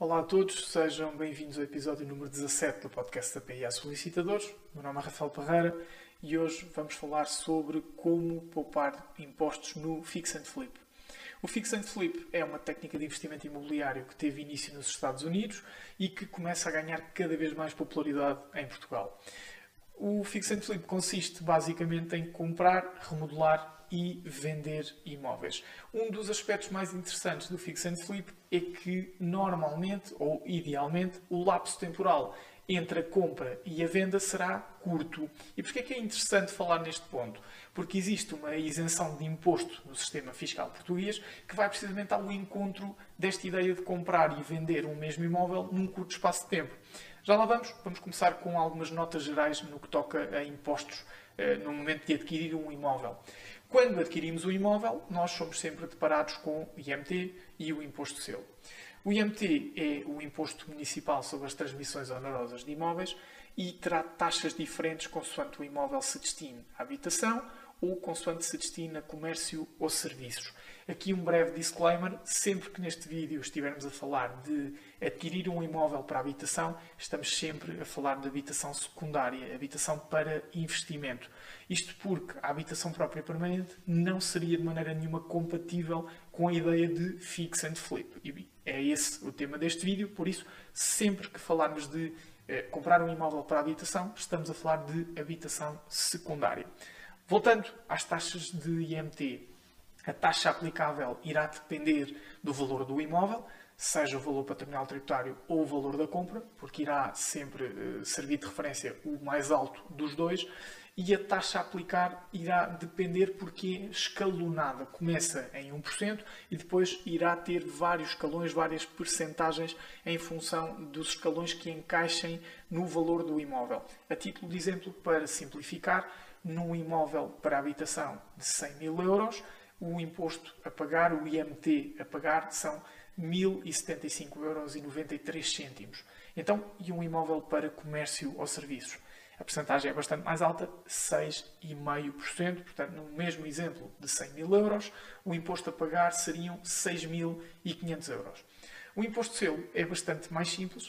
Olá a todos, sejam bem-vindos ao episódio número 17 do podcast da PIA Solicitadores. Meu nome é Rafael Parreira e hoje vamos falar sobre como poupar impostos no Fix and Flip. O Fix and Flip é uma técnica de investimento imobiliário que teve início nos Estados Unidos e que começa a ganhar cada vez mais popularidade em Portugal. O Fix and Flip consiste basicamente em comprar, remodelar e vender imóveis. Um dos aspectos mais interessantes do Fix and Flip é que normalmente, ou idealmente, o lapso temporal entre a compra e a venda será curto. E porquê é que é interessante falar neste ponto? Porque existe uma isenção de imposto no sistema fiscal português que vai precisamente ao encontro desta ideia de comprar e vender um mesmo imóvel num curto espaço de tempo. Já lá vamos começar com algumas notas gerais no que toca a impostos no momento de adquirir um imóvel. Quando adquirimos um imóvel, nós somos sempre deparados com o IMT e o Imposto de Selo. O IMT é o Imposto Municipal sobre as Transmissões Onerosas de Imóveis e terá taxas diferentes consoante o imóvel se destine à habitação ou consoante se destine a comércio ou serviços. Aqui um breve disclaimer, sempre que neste vídeo estivermos a falar de adquirir um imóvel para habitação, estamos sempre a falar de habitação secundária, habitação para investimento. Isto porque a habitação própria permanente não seria de maneira nenhuma compatível com a ideia de fix and flip. E é esse o tema deste vídeo, por isso, sempre que falarmos de comprar um imóvel para habitação, estamos a falar de habitação secundária. Voltando às taxas de IMT, a taxa aplicável irá depender do valor do imóvel, seja o valor patrimonial tributário ou o valor da compra, porque irá sempre servir de referência o mais alto dos dois, e a taxa a aplicar irá depender porque é escalonada. Começa em 1% e depois irá ter vários escalões, várias percentagens em função dos escalões que encaixem no valor do imóvel. A título de exemplo, para simplificar, num imóvel para habitação de 100 mil euros, o imposto a pagar, o IMT a pagar, são 1.075,93 €. Então, e um imóvel para comércio ou serviços? A percentagem é bastante mais alta, 6,5%. Portanto, no mesmo exemplo de 100 mil euros, o imposto a pagar seriam 6.500 euros. O imposto de selo é bastante mais simples,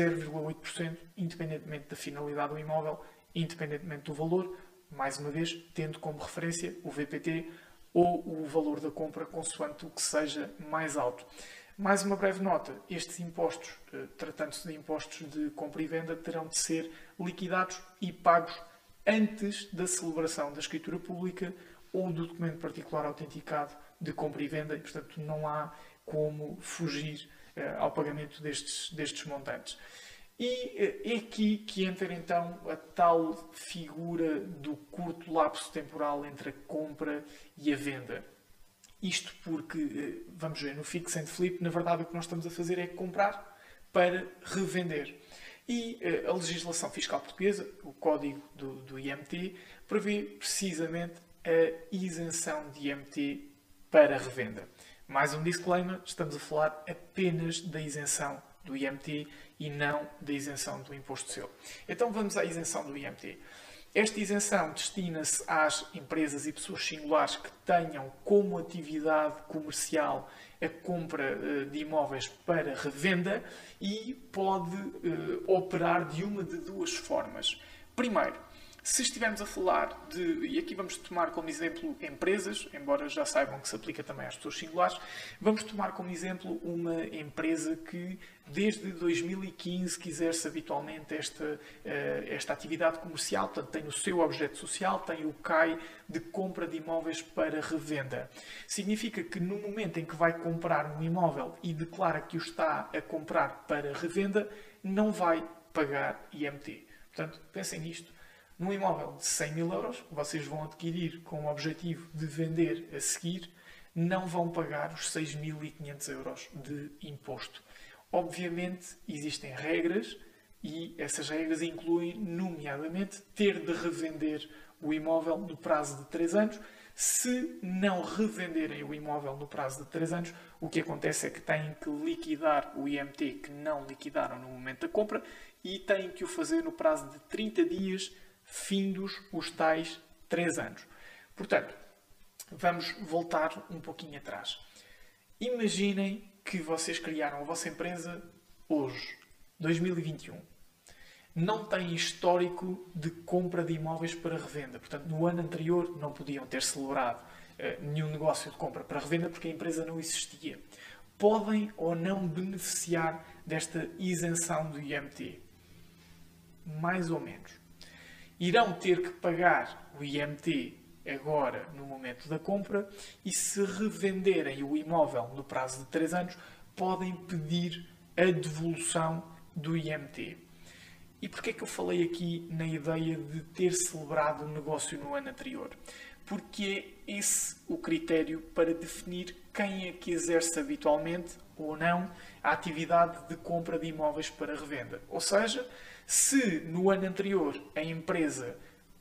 0,8%, independentemente da finalidade do imóvel, independentemente do valor, mais uma vez, tendo como referência o VPT ou o valor da compra, consoante o que seja mais alto. Mais uma breve nota, estes impostos, tratando-se de impostos de compra e venda, terão de ser liquidados e pagos antes da celebração da escritura pública ou do documento particular autenticado de compra e venda, e, portanto, não há como fugir ao pagamento destes montantes. E é aqui que entra então a tal figura do curto lapso temporal entre a compra e a venda. Isto porque, vamos ver, no Fix and Flip, na verdade o que nós estamos a fazer é comprar para revender. E a legislação fiscal portuguesa, o código do IMT, prevê precisamente a isenção de IMT para revenda. Mais um disclaimer, estamos a falar apenas da isenção do IMT e não da isenção do imposto de selo. Então vamos à isenção do IMT. Esta isenção destina-se às empresas e pessoas singulares que tenham como atividade comercial a compra de imóveis para revenda e pode operar de uma de duas formas. Primeiro, se estivermos a falar de, e aqui vamos tomar como exemplo empresas, embora já saibam que se aplica também às pessoas singulares, vamos tomar como exemplo uma empresa que desde 2015 que exerce habitualmente esta atividade comercial, portanto tem o seu objeto social, tem o CAI de compra de imóveis para revenda. Significa que no momento em que vai comprar um imóvel e declara que o está a comprar para revenda, não vai pagar IMT. Portanto, pensem nisto. Num imóvel de 100 mil euros, vocês vão adquirir com o objetivo de vender a seguir, não vão pagar os 6.500 euros de imposto. Obviamente, existem regras e essas regras incluem, nomeadamente, ter de revender o imóvel no prazo de 3 anos. Se não revenderem o imóvel no prazo de 3 anos, o que acontece é que têm que liquidar o IMT que não liquidaram no momento da compra e têm que o fazer no prazo de 30 dias, findos os tais 3 anos. Portanto, vamos voltar um pouquinho atrás. Imaginem que vocês criaram a vossa empresa hoje, 2021, não têm histórico de compra de imóveis para revenda. Portanto, no ano anterior não podiam ter celebrado nenhum negócio de compra para revenda porque a empresa não existia. Podem ou não beneficiar desta isenção do IMT? Mais ou menos. Irão ter que pagar o IMT agora no momento da compra e se revenderem o imóvel no prazo de 3 anos, podem pedir a devolução do IMT. E porquê é que eu falei aqui na ideia de ter celebrado o negócio no ano anterior? Porque é esse o critério para definir quem é que exerce habitualmente ou não a atividade de compra de imóveis para revenda. Ou seja, se no ano anterior a empresa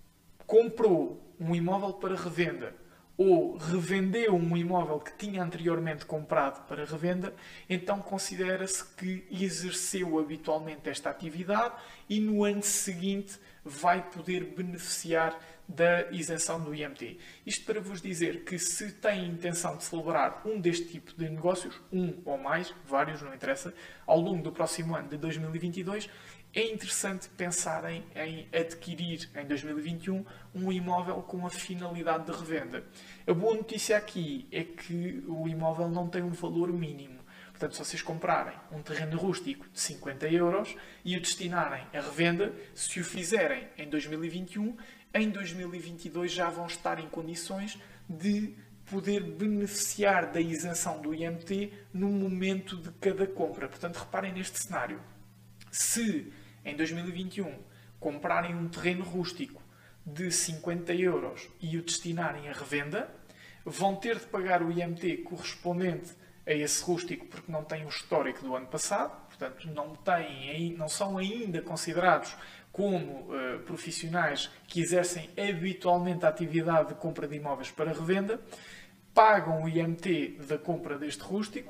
comprou um imóvel para revenda ou revendeu um imóvel que tinha anteriormente comprado para revenda, então considera-se que exerceu habitualmente esta atividade e no ano seguinte vai poder beneficiar da isenção do IMT. Isto para vos dizer que se têm a intenção de celebrar um deste tipo de negócios, um ou mais, vários, não interessa, ao longo do próximo ano de 2022, é interessante pensarem em adquirir em 2021 um imóvel com a finalidade de revenda. A boa notícia aqui é que o imóvel não tem um valor mínimo. Portanto, se vocês comprarem um terreno rústico de 50 euros e o destinarem à revenda, se o fizerem em 2021, em 2022 já vão estar em condições de poder beneficiar da isenção do IMT no momento de cada compra. Portanto, reparem neste cenário. Se em 2021 comprarem um terreno rústico de 50 euros e o destinarem à revenda, vão ter de pagar o IMT correspondente a esse rústico porque não têm o histórico do ano passado, portanto não são ainda considerados como profissionais que exercem habitualmente a atividade de compra de imóveis para revenda, pagam o IMT da compra deste rústico,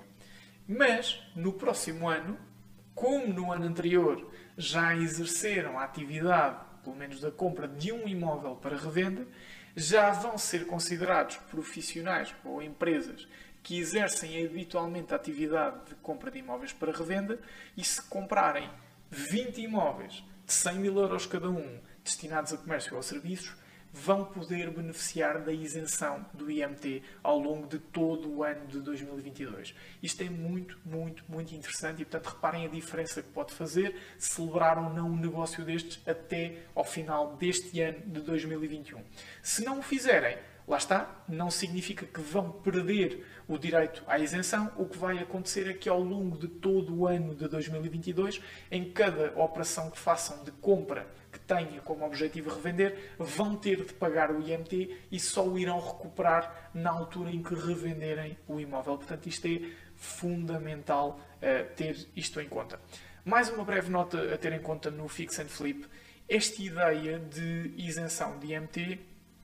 mas no próximo ano, como no ano anterior já exerceram a atividade, pelo menos da compra de um imóvel para revenda, já vão ser considerados profissionais ou empresas que exercem habitualmente a atividade de compra de imóveis para revenda e se comprarem 20 imóveis de 100 mil euros cada um destinados a comércio ou serviços, vão poder beneficiar da isenção do IMT ao longo de todo o ano de 2022. Isto é muito, muito, muito interessante e, portanto, reparem a diferença que pode fazer celebrar ou não um negócio destes até ao final deste ano de 2021. Se não o fizerem, lá está, não significa que vão perder o direito à isenção. O que vai acontecer é que ao longo de todo o ano de 2022, em cada operação que façam de compra que tenha como objetivo revender, vão ter de pagar o IMT e só o irão recuperar na altura em que revenderem o imóvel. Portanto, isto é fundamental ter isto em conta. Mais uma breve nota a ter em conta no Fix and Flip. Esta ideia de isenção de IMT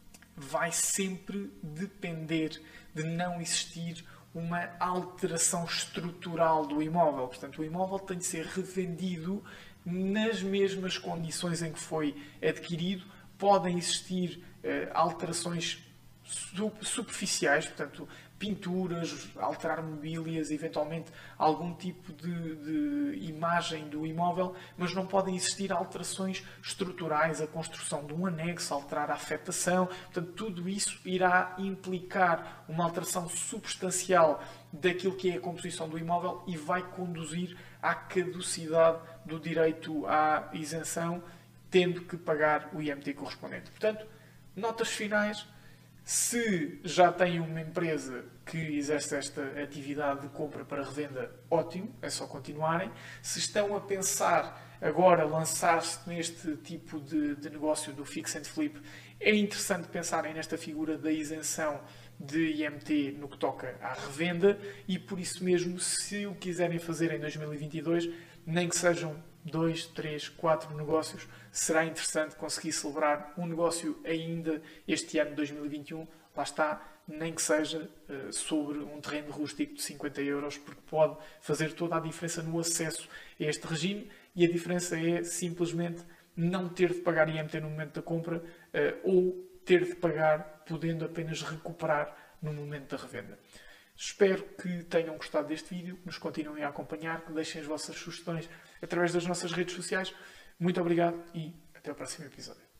vai sempre depender de não existir uma alteração estrutural do imóvel. Portanto, o imóvel tem de ser revendido nas mesmas condições em que foi adquirido. Podem existir alterações superficiais, portanto, pinturas, alterar mobílias, eventualmente algum tipo de imagem do imóvel, mas não podem existir alterações estruturais, a construção de um anexo, alterar a afetação. Portanto, tudo isso irá implicar uma alteração substancial daquilo que é a composição do imóvel e vai conduzir à caducidade do direito à isenção, tendo que pagar o IMT correspondente. Portanto, notas finais. Se já têm uma empresa que exerce esta atividade de compra para revenda, ótimo, é só continuarem. Se estão a pensar agora lançar-se neste tipo de negócio do Fix and Flip, é interessante pensarem nesta figura da isenção de IMT no que toca à revenda e, por isso mesmo, se o quiserem fazer em 2022, nem que sejam 2, 3, 4 negócios, será interessante conseguir celebrar um negócio ainda este ano de 2021. Lá está, nem que seja sobre um terreno rústico de 50 euros, porque pode fazer toda a diferença no acesso a este regime e a diferença é simplesmente não ter de pagar IMT no momento da compra ou ter de pagar podendo apenas recuperar no momento da revenda. Espero que tenham gostado deste vídeo, que nos continuem a acompanhar, que deixem as vossas sugestões através das nossas redes sociais. Muito obrigado e até o próximo episódio.